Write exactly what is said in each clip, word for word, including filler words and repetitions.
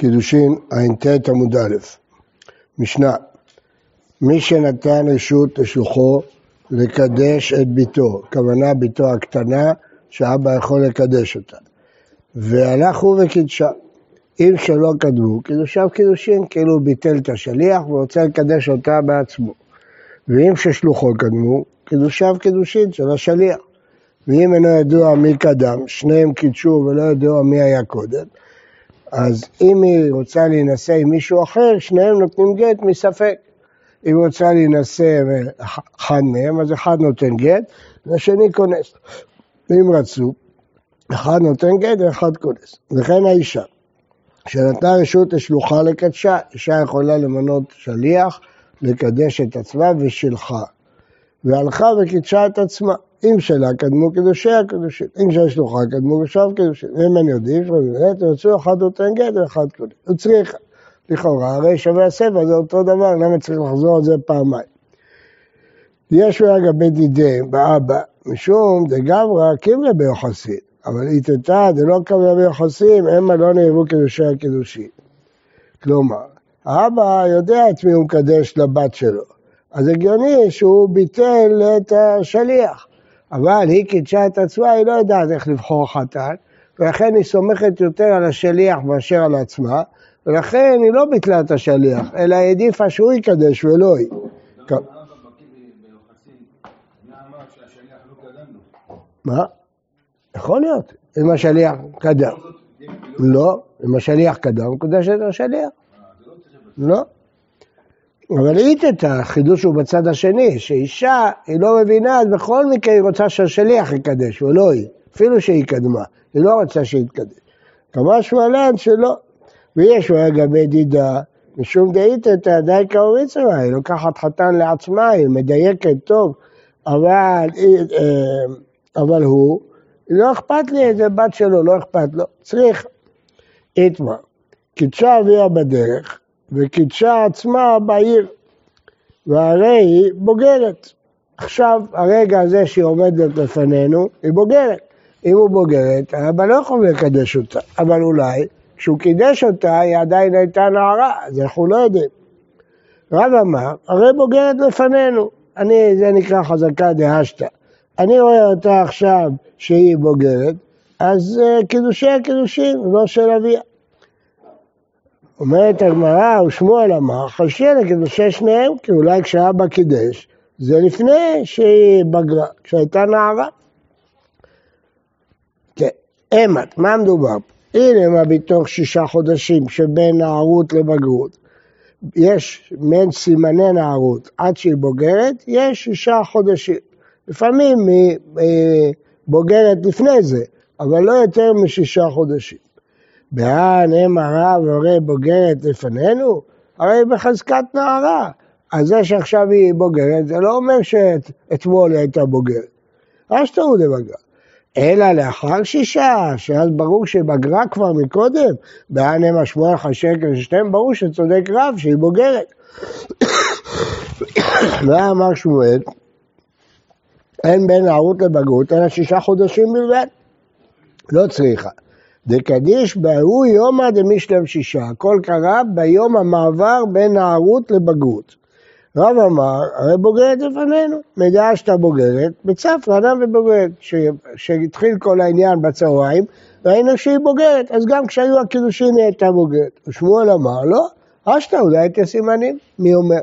קידושין ע"ט עמוד א', משנה. מי שנתן רשות לשלוחו לקדש את ביתו, כוונה ביתו הקטנה שאבא יכול לקדש אותה, והלך הוא וקידשה. אם שלא קדמו, קידושיו קידושין, כאילו ביטל את השליח ורוצה לקדש אותה בעצמו. ואם ששלוחו קדמו, קידושיו קידושין של השליח. ואם אינו ידוע מי קדם, שניהם קידשו ולא ידוע מי היה קודם, אז אם היא רוצה להינשא עם מישהו אחר, שניהם נותנים גט מספק. אם היא רוצה להינשא אחד מהם, אז אחד נותן גט, והשני כונס. ואם רצו, אחד נותן גט ואחד כונס. וכן האישה, שנתנה רשות לשלוחה לקדשה, אישה יכולה למנות שליח, לקדש את עצמה ושלחה. והלכה וקידשה את עצמה. אם שלה קדמו קידושיה קידושין, אם שלה שלוחה קדמו קידושיו קידושין. ואם אני יודעים, ירצו אחד נותן גט ואחד כונס. הוא צריך, לכאורה, הרי שווה הספר, זה אותו דבר, למה צריך לחזור על זה פעמיים? יש לגבי דידי באבא, משום דגברא קימלה ביוחסין, אבל איתתה דלא קימלה ביוחסין, המה לא נאהבו קידושיה קידושין. כלומר, האבא יודע את מי הוא מקדש לבת שלו, אז הגיוני שהוא ביטל את השליח, אבל היא קידשה את עצמה, היא לא יודעת איך לבחור חתן, ולכן היא סומכת יותר על השליח מאשר על עצמה, ולכן היא לא ביטלה את השליח, אלא היא העדיפה שהוא יקדש ולא היא. מה? יכול להיות, אם השליח קדם. לא, אם השליח קדם, קודש את השליח. לא. אבל ראית את החידוש הוא בצד השני, שאישה היא לא מבינה, אז בכל מקרה היא רוצה שהשליח יקדש, ולא היא, אפילו שהיא קדמה, היא לא רוצה שיתקדש. כמה שמלן שלא. ויש לו לגבי דידה, משום דאית את די כאוריצה, היא לוקחת חתן לעצמה, היא מדייקת טוב, אבל, אבל הוא, לא אכפת לי, זה בת שלו, לא אכפת לו, צריך. איתמה, קידשה אביה בדרך, וקידשה עצמה בעיר, והרי היא בוגרת. עכשיו, הרגע הזה שהיא עומדת לפנינו, היא בוגרת. אם הוא בוגרת, אבא לא יכול לקדש אותה, אבל אולי, כשהוא קידש אותה, היא עדיין הייתה נערה, אז אנחנו לא יודעים. רב אמר, הרי בוגרת לפנינו, אני, זה נקרא חזקה דהשתא. אני רואה אותה עכשיו שהיא בוגרת, אז קידושיה קידושין, לא של אביה. אומרת הגמרא, ושמואל אמר, חשיה לקידושי שניהם, כי אולי כשאבא קידש, זה לפני שהיא בגרה, כשהייתה נערה. כן, אמת, מה מדובר פה? הנה מה בתוך שישה חודשים שבין נערות לבגרות, יש מן סימני נערות עד שהיא בוגרת, יש שישה חודשים. לפעמים היא בוגרת לפני זה, אבל לא יותר משישה חודשים. בהן הם הרב הרי בוגרת לפנינו, הרי בחזקת נערה. אז זה שעכשיו היא בוגרת, זה לא אומר שאתמול היא הייתה בוגרת. אשתהו דבגרה. אלא לאחר שישה, שאז ברור שהיא בגרה כבר מקודם, בהן הם השמואל חשקל ששתיהם ברור שצודק רב שהיא בוגרת. מה אמר שמואל? אין בין נערות לבגרות, אלא שישה חודשים בלבד. לא צריכה. דקדיש בהוא יומא דמשלם שישה, הכל קרה ביום המעבר בין נערות לבגרות. רב אמר, הרי בוגרת לפנינו, מדע שאתה בוגרת, בצפרא אדם ובוגרת, שהתחיל כל העניין בצהריים, ראינו שהיא בוגרת, אז גם כשהיו הקידושין היא הייתה בוגרת. ושמואל אמר, לא, אשתא אולי הייתה סימנים, מי אומר?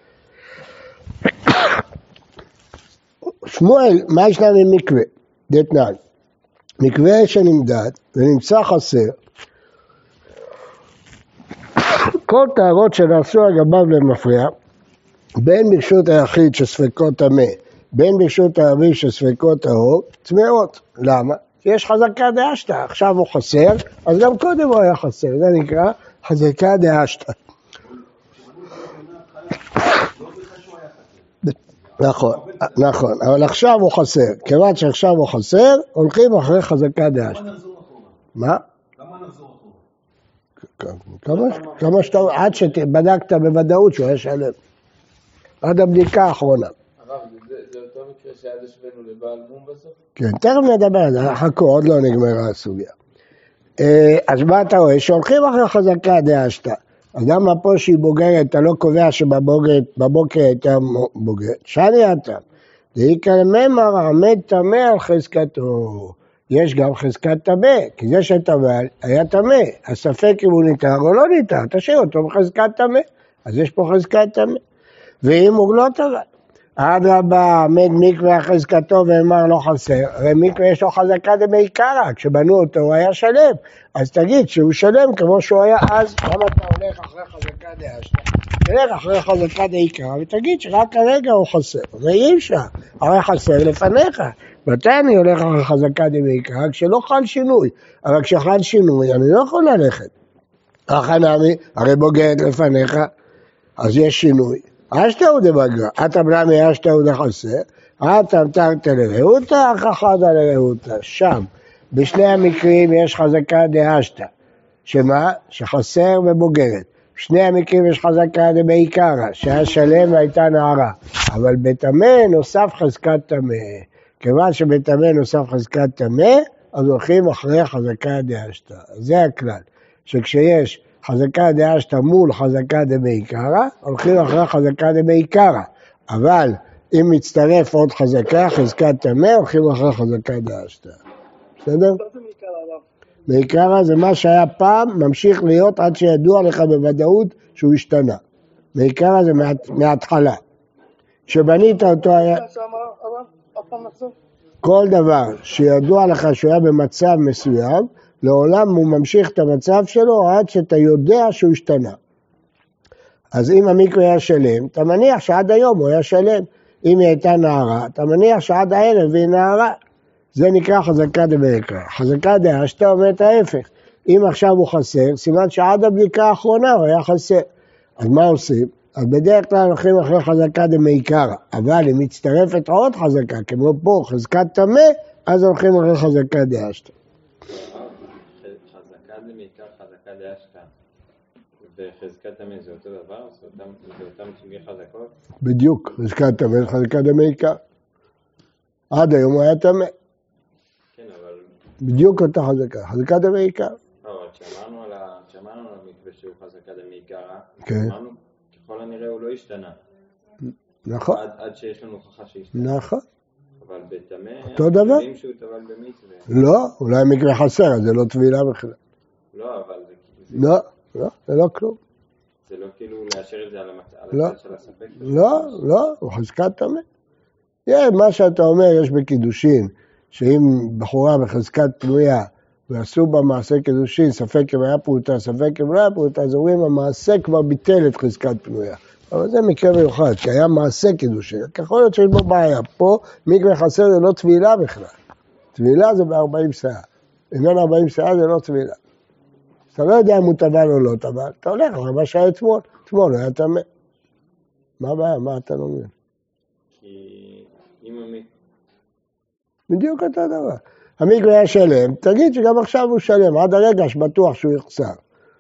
שמואל, מה יש לנו עם מקווה? דתנן, מקווה שנמדד ונמצא חסר, כל טהרות שנעשו לגביו למפריע, בין ברשות היחיד שספקות טמא, בין ברשות הערבי שספקות טהור, טמאות. למה? כי יש חזקה דהשתא, עכשיו הוא חסר, אז גם קודם הוא היה חסר, זה נקרא חזקה דהשתא. נכון, נכון, אבל עכשיו הוא חסר, כיוון שעכשיו הוא חסר, הולכים אחרי חזקה דהשתא. מה? כמה נחזור אחורה? כמה שאתה, עד שבדקת בוודאות שהוא היה שלם. עד הבדיקה האחרונה. הרב, זה אותו מקרה שעד השווינו לבעל מום בסוף? כן, תכף נדבר על זה, חכו, עוד לא נגמרה הסוגיה. אז מה אתה רואה? שהולכים אחרי חזקה דאשתא. אז למה פה שהיא בוגרת, אתה לא קובע שבבוקר הייתה בוגרת? שאני אתה. דאיקרא ממר עמד טמא על חזקתו. יש גם חזקת טמא, כי זה שטמא היה טמא. הספק אם הוא ניתר או לא ניתר, תשאיר אותו בחזקת טמא. אז יש פה חזקת טמא. ואם הוא לא טמא, אדרבה עמד מקווה על חזקתו ואמר לא חסר. הרי מקווה יש לו חזקה דמעיקרא, כשבנו אותו הוא היה שלם. אז תגיד שהוא שלם כמו שהוא היה אז. למה אתה הולך אחרי חזקה דאשתא? תלך אחרי חזקה דעיקרא ותגיד שרק הרגע הוא חסר. ואי אפשר, הרי חסר לפניך. מתי אני הולך אחרי חזקה דמעיקרא? כשלא חל שינוי. אבל כשחל שינוי אני לא יכול ללכת. החנמי, הרי בוגרת לפניך, אז יש שינוי. אשתא הוא דבגרא, אתה בלמי אשתא הוא דחסר, אתה מתרת לרעותא, חחדה לרעותא. שם, בשני המקרים יש חזקה דאשתא. שמה? שחסר ובוגרת. בשני המקרים יש חזקה דמעיקרא, שהיה שלם והייתה נערה. אבל בטמא נוסף חזקת טמא. כיוון שבטמא נוסף חזקת טמא, אז הולכים אחרי חזקה דאשתא. זה הכלל, שכשיש חזקה דאשתא מול חזקה דמעיקרא, הולכים אחרי חזקה דמעיקרא. אבל אם מצטרף עוד חזקה, חזקת טמא, הולכים אחרי חזקה דאשתא. בסדר? מעיקרא זה מה שהיה פעם, ממשיך להיות עד שידוע לך בוודאות שהוא השתנה. מעיקרא זה מההתחלה. כשבנית אותו היה... כל דבר שידוע לך שהוא היה במצב מסוים, לעולם הוא ממשיך את המצב שלו עד שאתה יודע שהוא השתנה. אז אם המקווה היה שלם, אתה מניח שעד היום הוא היה שלם. אם היא הייתה נערה, אתה מניח שעד הערב היא נערה. זה נקרא חזקה דמעיקרא. חזקה דאשתא אומרת ההפך. אם עכשיו הוא חסר, סימן שעד הבדיקה האחרונה הוא היה חסר. אז מה עושים? אז בדרך כלל הולכים אחרי חזקה דמעיקרא. אבל אם מצטרפת עוד חזקה, כמו פה חזקת טמא, אז הולכים אחרי חזקה דאשתא. חזקה דמעיקרא, חזקה דאשתא. וחזקת טמא זה אותו דבר? זה אותם סוגי חזקות? בדיוק, חזקת טמא, חזקה דמעיקרא. עד היום הוא היה טמא. כן, אבל... בדיוק אותה חזקה, חזקה דמעיקרא. לא, אבל כשאמרנו על המקווה שהוא חזקה דמעיקרא, כן. אמרנו, ככל הנראה הוא לא השתנה. נכון. עד, עד שיש לנו הוכחה שהשתנה. נכון. אבל בטמא, אותו דבר? יודעים שהוא טבל במצווה. לא, אולי מקווה חסר, אז זה לא טבילה בכלל. לא, אבל זה... לא, לא, זה לא כלום. זה לא כאילו לאשר את זה על המצב לא. של הספק? לא, לא, הוא חזקת טמא. yeah, מה שאתה אומר יש בקידושין, שאם בחורה בחזקת פנויה ועשו בה מעשה קידושין, ספק אם היה פרוטה, ספק אם לא היה פרוטה, אז אומרים המעשה כבר ביטל את חזקת פנויה. אבל זה מקרה מיוחד, כי היה מעשה קידושין. יכול להיות שיש בו בעיה. פה מקווה חסר זה לא טבילה בכלל. טבילה זה ב-ארבעים שעה. אם אין ארבעים שעה זה לא טבילה. אתה לא יודע אם הוא טבל או לא טבל, אתה הולך אחרי מה שהיה אתמול. אתמול היה טמא. מה הבעיה? מה אתה לא מבין? כי אם המקווה... בדיוק אותו דבר. המקווה היה שלם, תגיד שגם עכשיו הוא שלם, עד הרגע שבטוח שהוא יחסר.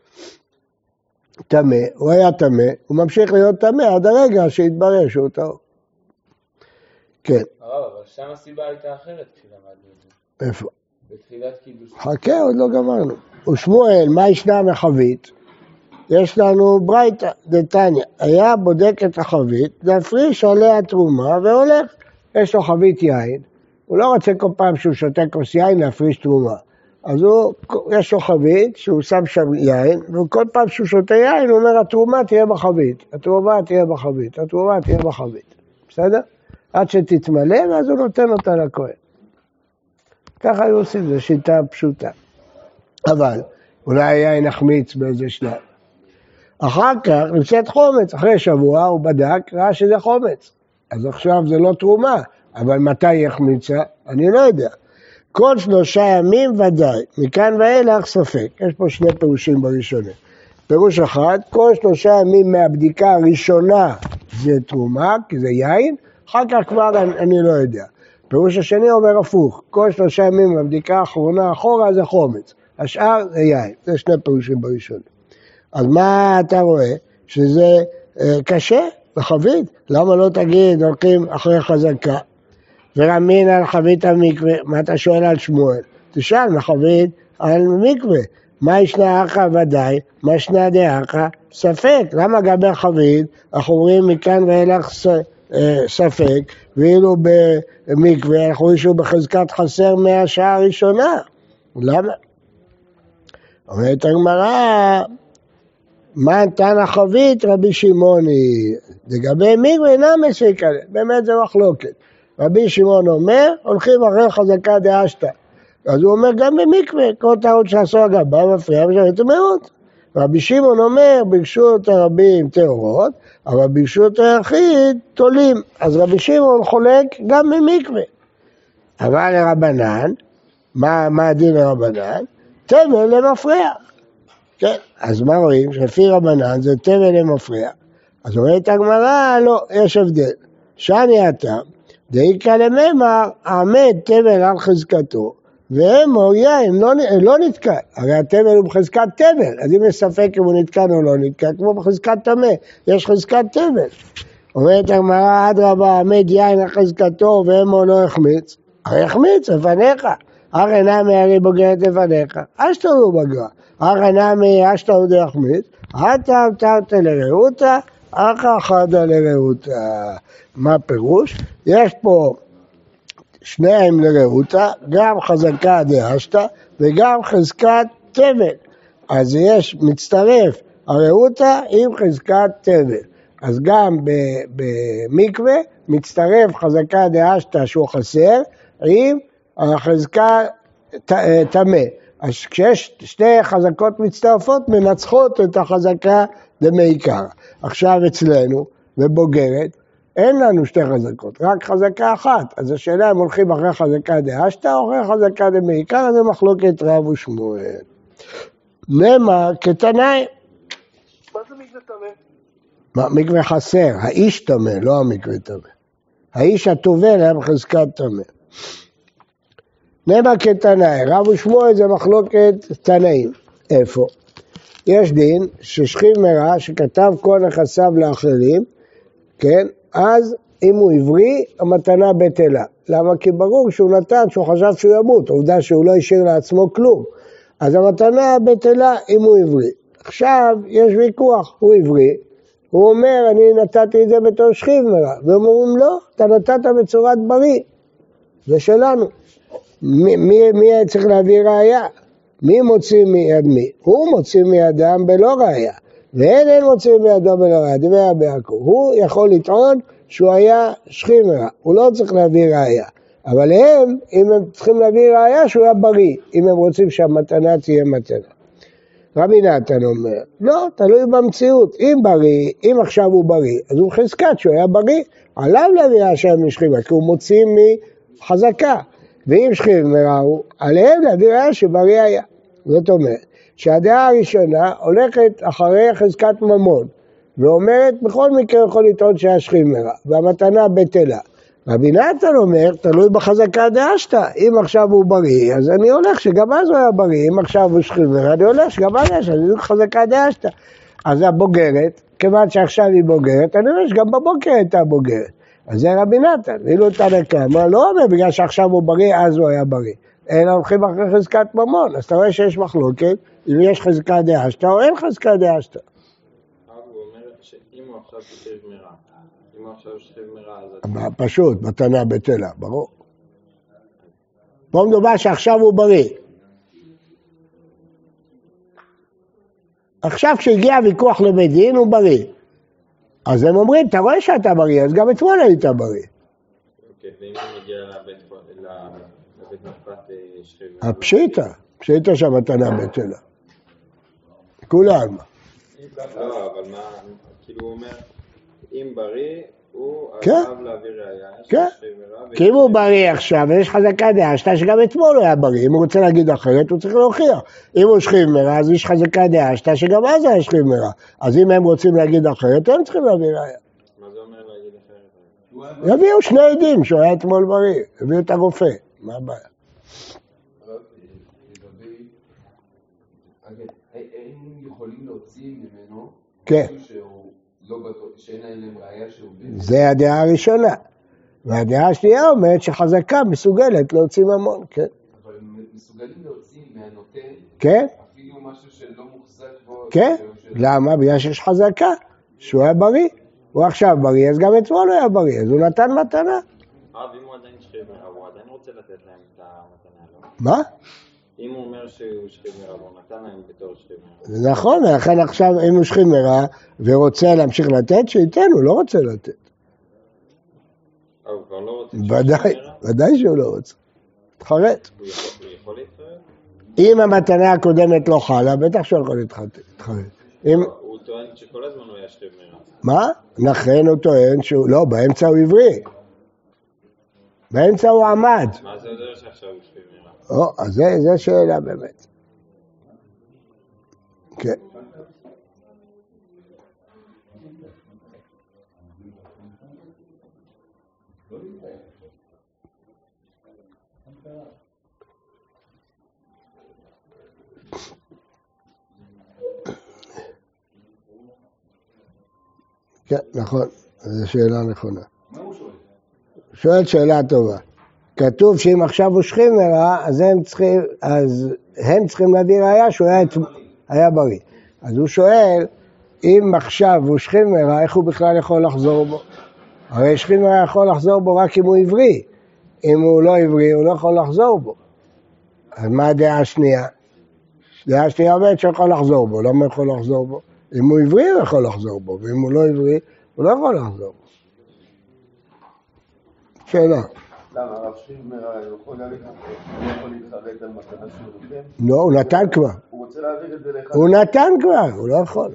טמא, הוא היה טמא, הוא ממשיך להיות טמא עד הרגע שהתברר שהוא טוב. כן. הרב, אבל שם הסיבה הייתה אחרת כשלמדנו את זה. איפה? בתחילת קידוש. חכה, עוד לא גמרנו. ושמואל, מה ישנה מחבית? יש לנו ברייתא, דתניא. היה בודק את החבית, להפריש עליה תרומה והולך. יש לו חבית יין, הוא לא רוצה כל פעם שהוא שותה כוס יין להפריש תרומה. אז הוא, יש לו חבית שהוא שם שם יין, וכל פעם שהוא שותה יין הוא אומר התרומה תהיה בחבית, התרומה תהיה בחבית, התרומה תהיה בחבית. בסדר? עד שתתמלא ואז הוא נותן אותה לכהן. ככה היו עושים, זו שיטה פשוטה. אבל אולי היין נחמיץ באיזה שלב. אחר כך נמצאת חומץ, אחרי שבוע הוא בדק, ראה שזה חומץ. אז עכשיו זה לא תרומה, אבל מתי יחמיצה? אני לא יודע. כל שלושה ימים ודאי, מכאן ואילך ספק. יש פה שני פירושים בראשונים. פירוש אחד, כל שלושה ימים מהבדיקה הראשונה זה תרומה, כי זה יין, אחר כך כבר אני, אני לא יודע. פירוש השני אומר הפוך, כל שלושה ימים מהבדיקה האחרונה אחורה זה חומץ, השאר זה יין. זה שני פירושים בראשונים. אז מה אתה רואה? שזה אה, קשה בחבית? למה לא תגיד, הולכים אחרי חזקה? ורמין על חבית המקווה, מה אתה שואל על שמואל? תשאל מחבית על מקווה. מה ישנה אחא ודאי, מה ישנה דאחא ספק. למה גבי חבית אנחנו אומרים מכאן ואילך ספק, ואילו במקווה אנחנו רואים שהוא בחזקת חסר מהשעה הראשונה. למה? אומרת הגמרא, מה נתן החבית רבי שמעוני? לגבי מקווה אינה מספיק עליה, באמת זה מחלוקת. רבי שמעון אומר, הולכים אחרי חזקה דאשתא. אז הוא אומר גם במקווה, כל טעות שעשו הגבה מפריע ושווה טמאות. רבי שמעון אומר, ביקשו את הרבים טהורות, אבל ביקשו את היחיד תולים. אז רבי שמעון חולק גם במקווה. אבל לרבנן, מה, מה הדין לרבנן? תבל למפריע. כן, אז מה רואים? שלפי רבנן זה תבל למפריע. אז אומרת הגמרא, לא, יש הבדל. שאני הטעם, דאיקה לממר, עמד תבל על חזקתו, ואמור יין לא, לא נתקע. הרי התבל הוא בחזקת תבל, אז אם יש ספק אם הוא נתקע או לא נתקע, כמו בחזקת טמא, יש חזקת תבל. אומרת הגמרא, אדרבה, עמד יין על חזקתו, ואמור לא החמיץ. הרי החמיץ, לפניך. הרי נמי הרי בוגרת לפניך, אשתו הוא בגרה. הרי נמי אשתו הוא דחמיץ, אתה אמתרת לרעותה, אחא חדה לרעותה. מה פירוש? יש פה שניהם לרעותה, גם חזקה דאשתא וגם חזקת תבל. אז יש מצטרף הרעותה עם חזקת תבל. אז גם במקווה מצטרף חזקה דאשתא שהוא חסר עם החזקה טמא. אז כשיש שתי חזקות מצטרפות מנצחות את החזקה דמעיקר. עכשיו אצלנו בבוגרת אין לנו שתי חזקות, רק חזקה אחת. אז השאלה אם הולכים אחרי חזקה דאשתא או אחרי חזקה דמעיקר, זה מחלוקת רב ושמואל. נאמר כתנאי. מה זה מקווה טמא? מקווה חסר, האיש טמא, לא המקווה טמא. האיש הטובל היה בחזקת טמא. נאמר כתנאי, רב ושמואל זה מחלוקת תנאים. איפה? יש דין ששכיב מרע שכתב כל נכסיו לאחרים, כן? אז אם הוא עברי, המתנה בטלה. למה? כי ברור שהוא נתן, שהוא חשב שהוא ימות, עובדה שהוא לא השאיר לעצמו כלום. אז המתנה בטלה אם הוא עברי. עכשיו יש ויכוח, הוא עברי, הוא אומר אני נתתי את זה בתור שכיב מרע, והם אומרים לא, אתה נתת בצורת בריא, זה שלנו. מי, מי, מי צריך להביא ראיה? מי מוציא מיד מי? הוא מוציא מידם בלא ראיה, ואין אין מוציא מידם בלא ראיה, דבר ביעקב. הוא יכול לטעון שהוא היה שכיב מרע, הוא לא צריך להביא ראיה. אבל הם, אם הם צריכים להביא ראיה, שהוא היה בריא, אם הם רוצים שהמתנה תהיה מתנה. רבי נתן אומר, לא, תלוי במציאות. אם בריא, אם עכשיו הוא בריא, אז הוא חזקת שהוא היה בריא, עליו להביא ראיה משכיב מרע, כי הוא מוציא מחזקה. ואם שכיב מרע הוא, עליהם להביא ראיה שבריא היה. זאת אומרת, שהדעה הראשונה הולכת אחרי חזקת ממון, ואומרת, בכל מקרה יכול לטעון שהיה שכיב מרע, והמתנה בטלה. רבי נתן אומר, תלוי בחזקה דאשתא, אם עכשיו הוא בריא, אז אני הולך שגם אז הוא היה בריא, אם עכשיו הוא שכיב מרע, אני הולך שגם אז יש, אני הולך חזקה דאשתא. אז הבוגרת, כיוון שעכשיו היא בוגרת, אני אומר שגם בבוקר הייתה בוגרת. אז זה רבי נתן, אילו תנא קמא, לא אומר בגלל שעכשיו הוא בריא, אז הוא היה בריא. אלא הולכים אחרי חזקת ממון, אז אתה רואה שיש מחלוקת, אם יש חזקה דאשתא או אין חזקה דאשתא. הוא אומר שאם הוא עכשיו שכיב מרע, אם הוא עכשיו שכיב מרע, אז... פשוט, מתנה בטלה, ברור. פה מדובר שעכשיו הוא בריא. עכשיו כשהגיע הוויכוח לבית דין הוא בריא. אז הם אומרים, אתה רואה שאתה בריא, אז גם אתמול היית בריא. אוקיי, ואם הוא מגיע לבית משפט שכיב מרע? הפשיטה, פשיטה שהמתנה בטלה. כולם. לא, אבל מה, כאילו הוא אומר, אם בריא, הוא כן. עליו להביא ראיה, כן. שכיב מרע, כי אם הוא בריא עכשיו, ויש חזקה דאשתא שגם אתמול הוא היה בריא, אם הוא רוצה להגיד אחרת, הוא צריך להוכיח. אם הוא שכיב מרע, אז יש חזקה דאשתא שגם אז היה שכיב מרע. אז אם הם רוצים להגיד אחרת, הם צריכים להביא ראיה. מה זה אומר להגיד אחרת? יביאו שני עדים שהוא היה אתמול בריא, יביאו את הרופא, מה הבעיה? הם יכולים להוציא ממנו כן. שאין להם ראיה שהוא בן? זה הדעה הראשונה. והדעה השנייה אומרת שחזקה מסוגלת להוציא ממון, כן. אבל הם מסוגלים להוציא מהנותן, כן? אפילו משהו שלא מוחזק בו. כן? למה? בגלל שיש חזקה, שהוא היה בריא. הוא עכשיו בריא, אז גם אתמול הוא היה בריא, אז הוא נתן מתנה. אה, ואם הוא עדיין שכיב מרע, הוא עדיין רוצה לתת להם את המתנה, לא? מה? אם הוא אומר שהוא שכיב מרע, הוא נתן להם בתור שכיב מרע. זה נכון, ולכן עכשיו אם הוא שכיב מרע ורוצה להמשיך לתת, שייתן, הוא לא רוצה לתת. אה, הוא כבר לא רוצה ודאי, ודאי שהוא לא רוצה. תחרט. הוא יכול להתחרט? אם המתנה הקודמת לא חלה, בטח שהוא יכול להתחרט. הוא טוען שכל הזמן הוא היה שכיב מרע. מה? לכן הוא טוען שהוא, לא, באמצע הוא עברי. באמצע הוא עמד. מה זה יודע שעכשיו הוא שכיב מרע? או, אז זה שאלה באמת. כן. כן, נכון, זו שאלה נכונה. מה הוא שואל? שואל שאלה טובה. כתוב שאם עכשיו הוא שכיב מרע, אז הם צריכים, אז הם צריכים להביא ראיה שהוא היה, היה בריא. אז הוא שואל, אם עכשיו הוא שכיב מרע, איך הוא בכלל יכול לחזור בו? הרי שכיב מרע יכול לחזור בו רק אם הוא עברי. אם הוא לא עברי, הוא לא יכול לחזור בו. אז מה הדעה השנייה? הדעה השנייה אומרת שהוא יכול לחזור בו. למה הוא יכול לחזור בו? אם הוא עברי, הוא יכול לחזור בו, ואם הוא לא עברי, הוא לא יכול לחזור בו. שאלה. למה, הרב שכיב מרע יכול להתחרט על מתנה שהוא נותן? לא, הוא נתן כבר. הוא רוצה להעביר את זה לאחד. הוא נתן כבר, הוא לא יכול.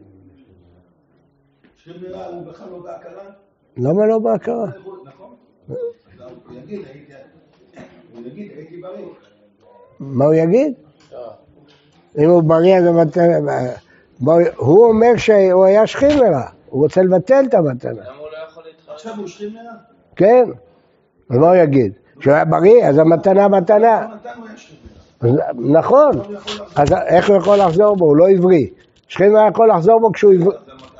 שכיב מרע הוא בכלל לא בהכרה? למה לא בהכרה? נכון. הוא יגיד, הייתי בריא. מה הוא יגיד? אם הוא בריא, אז הוא אומר שהוא היה שכיב מרע, הוא רוצה לבטל את המתנה. למה הוא לא יכול להתחרט? עכשיו הוא שכיב מרע? כן, אז מה הוא יגיד? כשהוא היה בריא, אז המתנה מתנה. נכון, אז איך הוא יכול לחזור בו? הוא לא עברי. שכיב מרע יכול לחזור בו כשהוא עברי.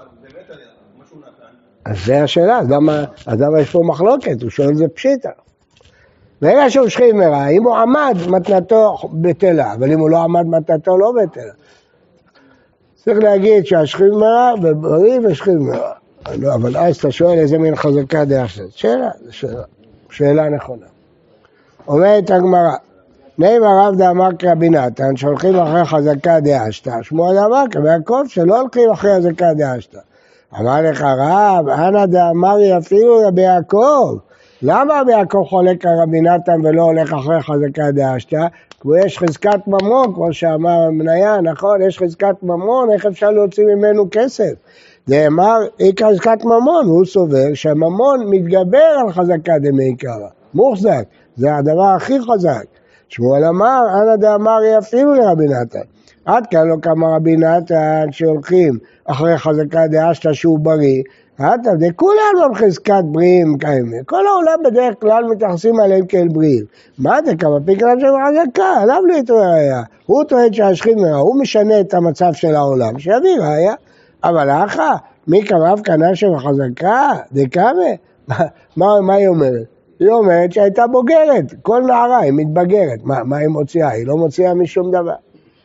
אז זה השאלה, אז למה יש פה מחלוקת? הוא שואל זה פשיטה. ברגע שהוא שכיב מרע, אם הוא עמד, מתנתו בטלה, אבל אם הוא לא עמד, מתנתו לא בטלה. צריך להגיד שהשכיב מרע ובריא ושכיב מרע. אבל אז אתה שואל איזה מין חזקה דעה שלו. שאלה, שאלה, שאלה נכונה. אומרת הגמרא, נעים הרב דאמר כרבי נתן, שהולכים אחרי חזקה דעה שתה, שמואל אמר כרבי יעקב שלא הולכים אחרי חזקה דעה שתה. אמר לך רב, אנא דאמר אפילו רבי יעקב, למה רבי יעקב חולק על רבי נתן ולא הולך אחרי חזקה דעה שתה? כמו יש חזקת ממון, כמו שאמר מניה, נכון, יש חזקת ממון, איך אפשר להוציא ממנו כסף? דאמר, היא חזקת ממון, הוא סובר שהממון מתגבר על חזקה דמעיקרא, מוחזק, זה הדבר הכי חזק. שמואל אמר, אנא דאמר אפילו לרבי נתן. עד כאן לא כמה רבי נתן שהולכים אחרי חזקה דעה שתה שהוא בריא, אתה, זה כולם על חזקת בריאים קיימים. כל העולם בדרך כלל מתייחסים עליהם כאל בריאים. מה זה כמה פיקרם של חזקה? עליו לא יתראה ראיה. הוא טוען שהשכיב מרע, הוא משנה את המצב של העולם, שיביא ראיה. אבל אחא, מי קרב קנה של חזקה? דקאמה? מה, מה היא אומרת? היא אומרת שהייתה בוגרת. כל נערה היא מתבגרת. מה, מה היא מוציאה? היא לא מוציאה משום דבר.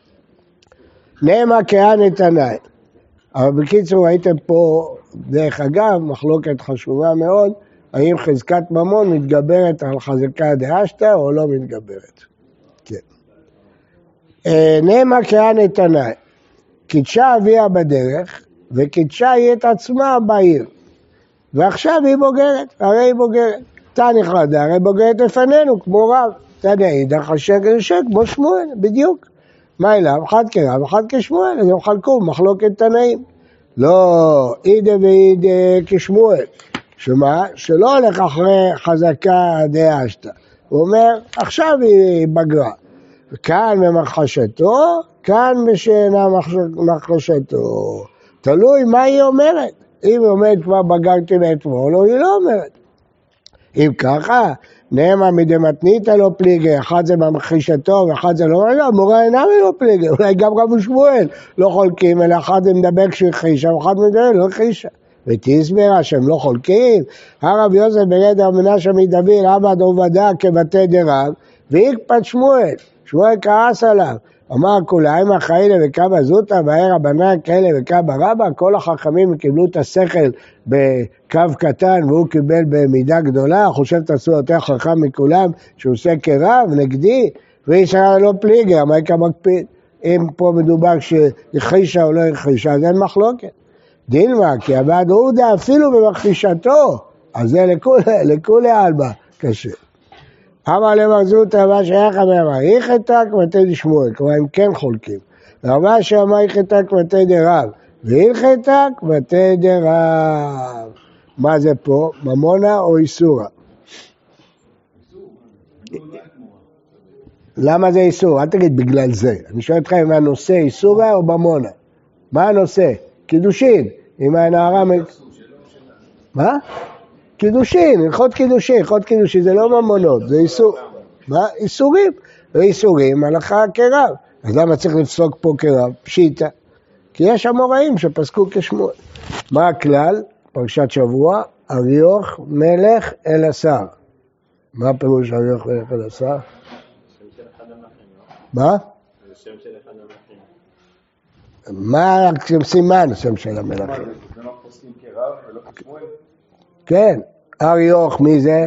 נאמר כהן תנאי. אבל בקיצור הייתם פה, דרך אגב, מחלוקת חשובה מאוד, האם חזקת ממון מתגברת על חזקה דעה שתה או לא מתגברת. כן. נאמר כהן תנאי. קידשה אביה בדרך, וקידשה היא את עצמה בעיר. ועכשיו היא בוגרת, הרי היא בוגרת. תני חדה, הרי בוגרת לפנינו, כמו רב. תני אידך השק לשק, כמו שמואל, בדיוק. מה אליו? אחד כרב, אחד כשמואל, אז הם חלקו מחלוקת תנאים. לא, אידה ואידה כשמואל. שמה? שלא הולך אחרי חזקה דעה שתה. הוא אומר, עכשיו היא בגרה. וכאן במחשתו, כאן בשאינה מחשתו. תלוי מה היא אומרת. אם היא אומרת כבר בגרתי מאתמול, או היא לא אומרת. אם ככה, נאמר מדמתניתא לא פליגי, אחד זה במחישתו ואחד זה לא, לא, מורה אינם לא פליגי, אולי גם רב שמואל לא חולקים, אלא אחד זה מדבר כשהוא חישה, ואחד מדבר לא חישה. ותסברה שהם לא חולקים, הרב יוסף ברד המנשה מדבר, עבד עובדה כבתי דרב, והקפת שמואל, שמואל כעס עליו, אמר כולה, אם החיילה וקבא זוטה, והער הבנן כאלה וקבא רבא, כל החכמים קיבלו את השכל בקו קטן, והוא קיבל במידה גדולה, חושב תעשו יותר חכם מכולם, שהוא עושה כרב, נגדי, וישראל לא פליגר, מה יקה מקפיד? אם פה מדובר שיחישה או לא יחישה, אז אין מחלוקת. דילמה, כי הבעד עודה אפילו במכחישתו, אז זה לכולי אלבה קשה. אמר למרזוטה, מה שייך אמרה, איך יחתק מתי דשמואל, כלומר הם כן חולקים. ואמר שאמר יחתק מתי דרב, ואיך יחתק מתי דרב. מה זה פה? ממונה או איסורה? למה זה איסור? אל תגיד בגלל זה. אני שואל אותך אם הנושא איסורה או ממונה. מה הנושא? קידושין. אם הנערה... מה? קידושין, הלכות קידושין, הלכות קידושין זה לא ממונות, זה איסור. מה? איסורים. ואיסורים הלכה כרב. אז למה צריך לפסוק פה כרב? פשיטה. כי יש אמוראים שפסקו כשמואל. מה הכלל? פרשת שבוע, אריוך מלך אל השר. מה פירוש אריוך מלך אל השר? מה? זה שם של אחד המלכים. מה סימן שם של המלכים? זה לא פוסקים כרב ולא כשמואל? כן, אריוך, מי זה?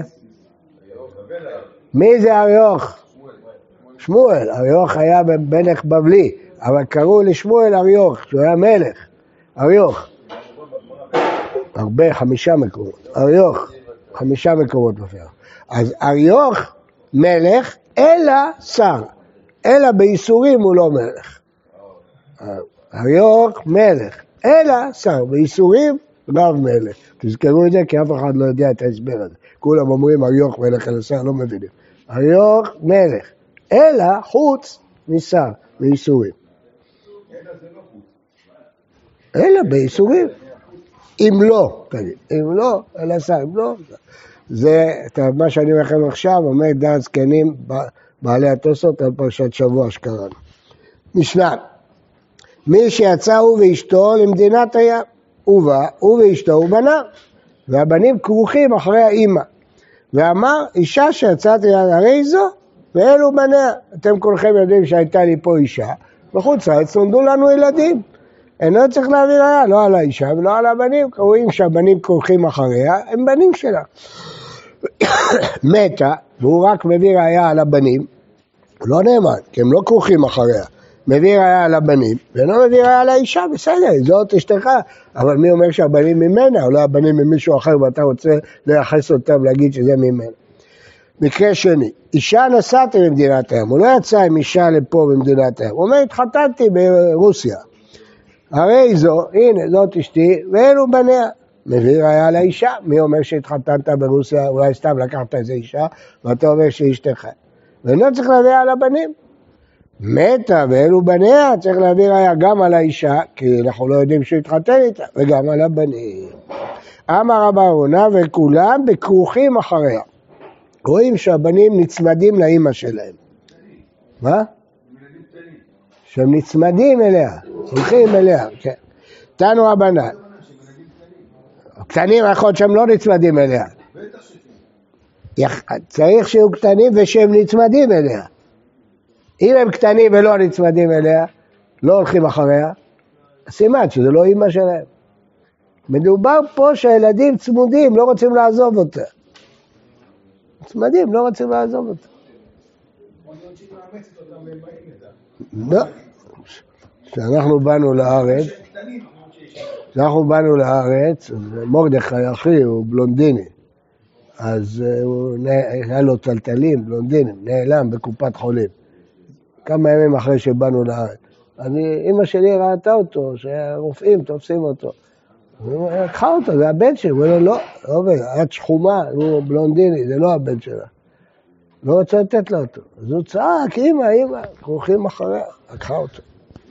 מי זה אריוך? שמואל, אריוך היה מלך בבלי, אבל קראו לשמואל אריוך, שהוא היה מלך, אריוך. הרבה, חמישה מקומות, אריוך, חמישה מקומות בפרק. אז אריוך מלך, אלא שר, אלא באיסורים הוא לא מלך. אריוך מלך, אלא שר, באיסורים רב מלך. תזכרו את זה כי אף אחד לא יודע את ההסבר הזה. כולם אומרים אריוך מלך אל השר, לא מבינים. אריוך מלך, אלא חוץ משר, באיסורים. אלא באיסורים. אם לא, תגיד, אם לא, אל השר, אם לא. זה מה שאני אומר לכם עכשיו, אומר דעת זקנים בעלי התוספות על פרשת שבוע שקראנו. משנה, מי שיצא הוא ואשתו למדינת הים, הוא בא, הוא ואשתו הוא בנה, והבנים כרוכים אחרי האמא. ואמר, אישה שיצאתי הרי זו, ואלו בניה. אתם כולכם יודעים שהייתה לי פה אישה, בחוץ לארץ נולדו לנו ילדים. אינו צריך להביא ראיה, לא על האישה ולא על הבנים, רואים שהבנים כרוכים אחריה, הם בנים שלה. מתה, והוא רק מביא ראיה על הבנים, לא נאמן, כי הם לא כרוכים אחריה. מביא ראיה על הבנים, ואינו מביא ראיה על האישה, בסדר, זאת אשתך, אבל מי אומר שהבנים ממנה, או לא הבנים ממישהו אחר, ואתה רוצה לייחס אותם ולהגיד שזה ממנה. מקרה שני, אישה נסעתי במדינת הים, הוא לא יצא עם אישה לפה במדינת הים, הוא אומר, התחתנתי ברוסיה, הרי זו, הנה, זאת אשתי, ואלו בניה. מביא ראיה על האישה, מי אומר שהתחתנת ברוסיה, אולי סתם לקחת איזה אישה, ואתה אומר שאשתך. ואינו צריך להביא על הבנים. מתה ואלו בניה, צריך להביא ראיה גם על האישה, כי אנחנו לא יודעים שהוא התחתן איתה, וגם על הבנים. אמר רב אהרונה וכולם בכרוכים אחריה. רואים שהבנים נצמדים לאמא שלהם. מה? שהם נצמדים אליה, הולכים אליה, כן. תנו רבנן. קטנים יכול שהם לא נצמדים אליה. צריך שיהיו קטנים ושהם נצמדים אליה. אם הם קטנים ולא נצמדים אליה, לא הולכים אחריה, סימן שזה לא אמא שלהם. מדובר פה שהילדים צמודים, לא רוצים לעזוב אותה. צמדים, לא רוצים לעזוב אותה. לא. כשאנחנו באנו לארץ, כשאנחנו באנו לארץ, מרדכי אחי הוא בלונדיני, אז הוא היה לו טלטלים, בלונדינים, נעלם בקופת חולים. כמה ימים אחרי שבאנו לארץ. אני, אמא שלי ראתה אותו, שהרופאים תופסים אותו. הוא לקחה אותו, זה הבן שלי, הוא אומר לו, לא, לא, את שחומה, הוא בלונדיני, זה לא הבן שלה. לא רוצה לתת לה אותו. אז הוא צעק, אמא, אמא, הולכים אחריה, לקחה אותו.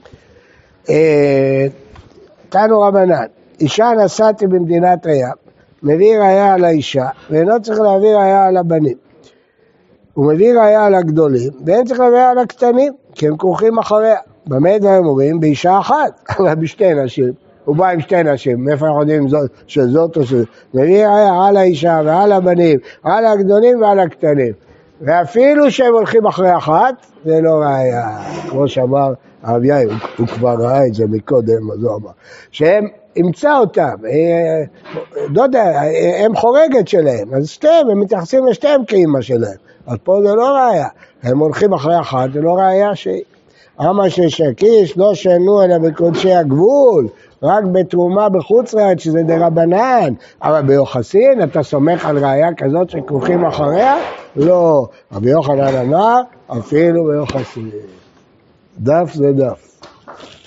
תנו רבנן, אישה נסעתי במדינת הים, מביא ראיה על האישה, ואינו צריך להביא ראיה על הבנים. הוא מביא ראיה על הגדולים, ואין צריך להביא על הקטנים, כי הם כרוכים אחריה. במה דברים אומרים? באישה אחת, אבל בשתי נשים. הוא בא עם שתי נשים, מאיפה אנחנו יודעים שזאת או שזאת? מביא ראיה על האישה ועל הבנים, על הגדולים ועל הקטנים. ואפילו שהם הולכים אחרי אחת, זה לא ראיה, כמו שאמר הרב יאיר, הוא, הוא כבר ראה את זה מקודם, אז הוא אמר, שהם ימצא אותם, לא יודע, הם חורגת שלהם, אז שתיהם, הם מתייחסים לשתיהם כאימא שלהם, אז פה זה לא ראיה, הם הולכים אחרי אחת, זה לא ראיה שהיא. אמר ששקיש לא שנו אלא בקודשי הגבול, רק בתרומה בחוץ לארץ שזה דרבנן, אבל ביוחסין אתה סומך על ראיה כזאת שכרוכים אחריה? לא, רבי יוחנן אמר אפילו ביוחסין. דף זה דף.